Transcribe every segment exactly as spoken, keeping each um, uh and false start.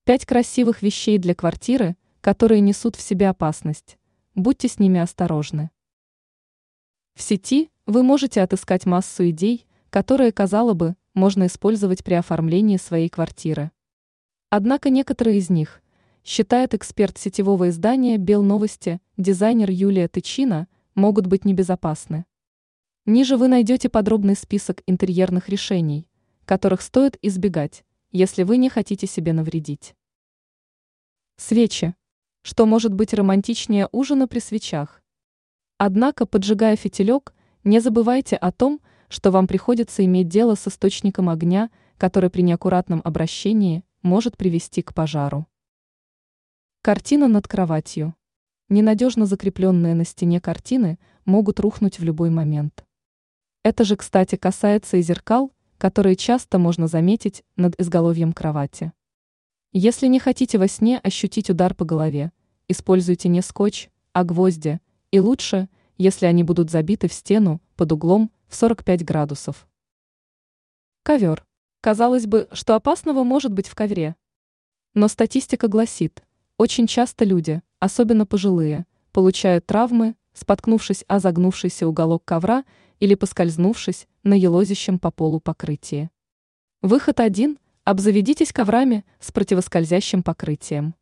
Пять красивых вещей для квартиры, которые несут в себе опасность. Будьте с ними осторожны. В сети вы можете отыскать массу идей, которые, казалось бы, можно использовать при оформлении своей квартиры. Однако некоторые из них, считает эксперт сетевого издания «Белновости», дизайнер Юлия Тычина, могут быть небезопасны. Ниже вы найдете подробный список интерьерных решений, которых стоит избегать, если вы не хотите себе навредить. Свечи. Что может быть романтичнее ужина при свечах? Однако, поджигая фитилек, не забывайте о том, что вам приходится иметь дело с источником огня, который при неаккуратном обращении может привести к пожару. Картина над кроватью. Ненадежно закрепленные на стене картины могут рухнуть в любой момент. Это же, кстати, касается и зеркал, которые часто можно заметить над изголовьем кровати. Если не хотите во сне ощутить удар по голове, используйте не скотч, а гвозди, и лучше, если они будут забиты в стену под углом в сорок пять градусов. Ковер. Казалось бы, что опасного может быть в ковре. Но статистика гласит, очень часто люди, особенно пожилые, получают травмы, споткнувшись о загнувшийся уголок ковра или поскользнувшись на елозящем по полу покрытии. Выход один – обзаведитесь коврами с противоскользящим покрытием.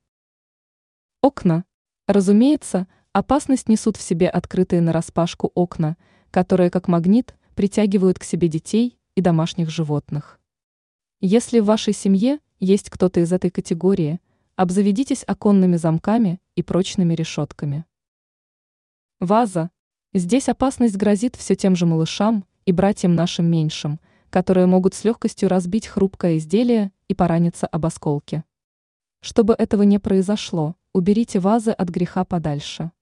Окна. Разумеется, опасность несут в себе открытые нараспашку окна, которые как магнит притягивают к себе детей и домашних животных. Если в вашей семье есть кто-то из этой категории, обзаведитесь оконными замками и прочными решетками. Ваза. Здесь опасность грозит все тем же малышам и братьям нашим меньшим, которые могут с легкостью разбить хрупкое изделие и пораниться об осколки. Чтобы этого не произошло, уберите вазы от греха подальше.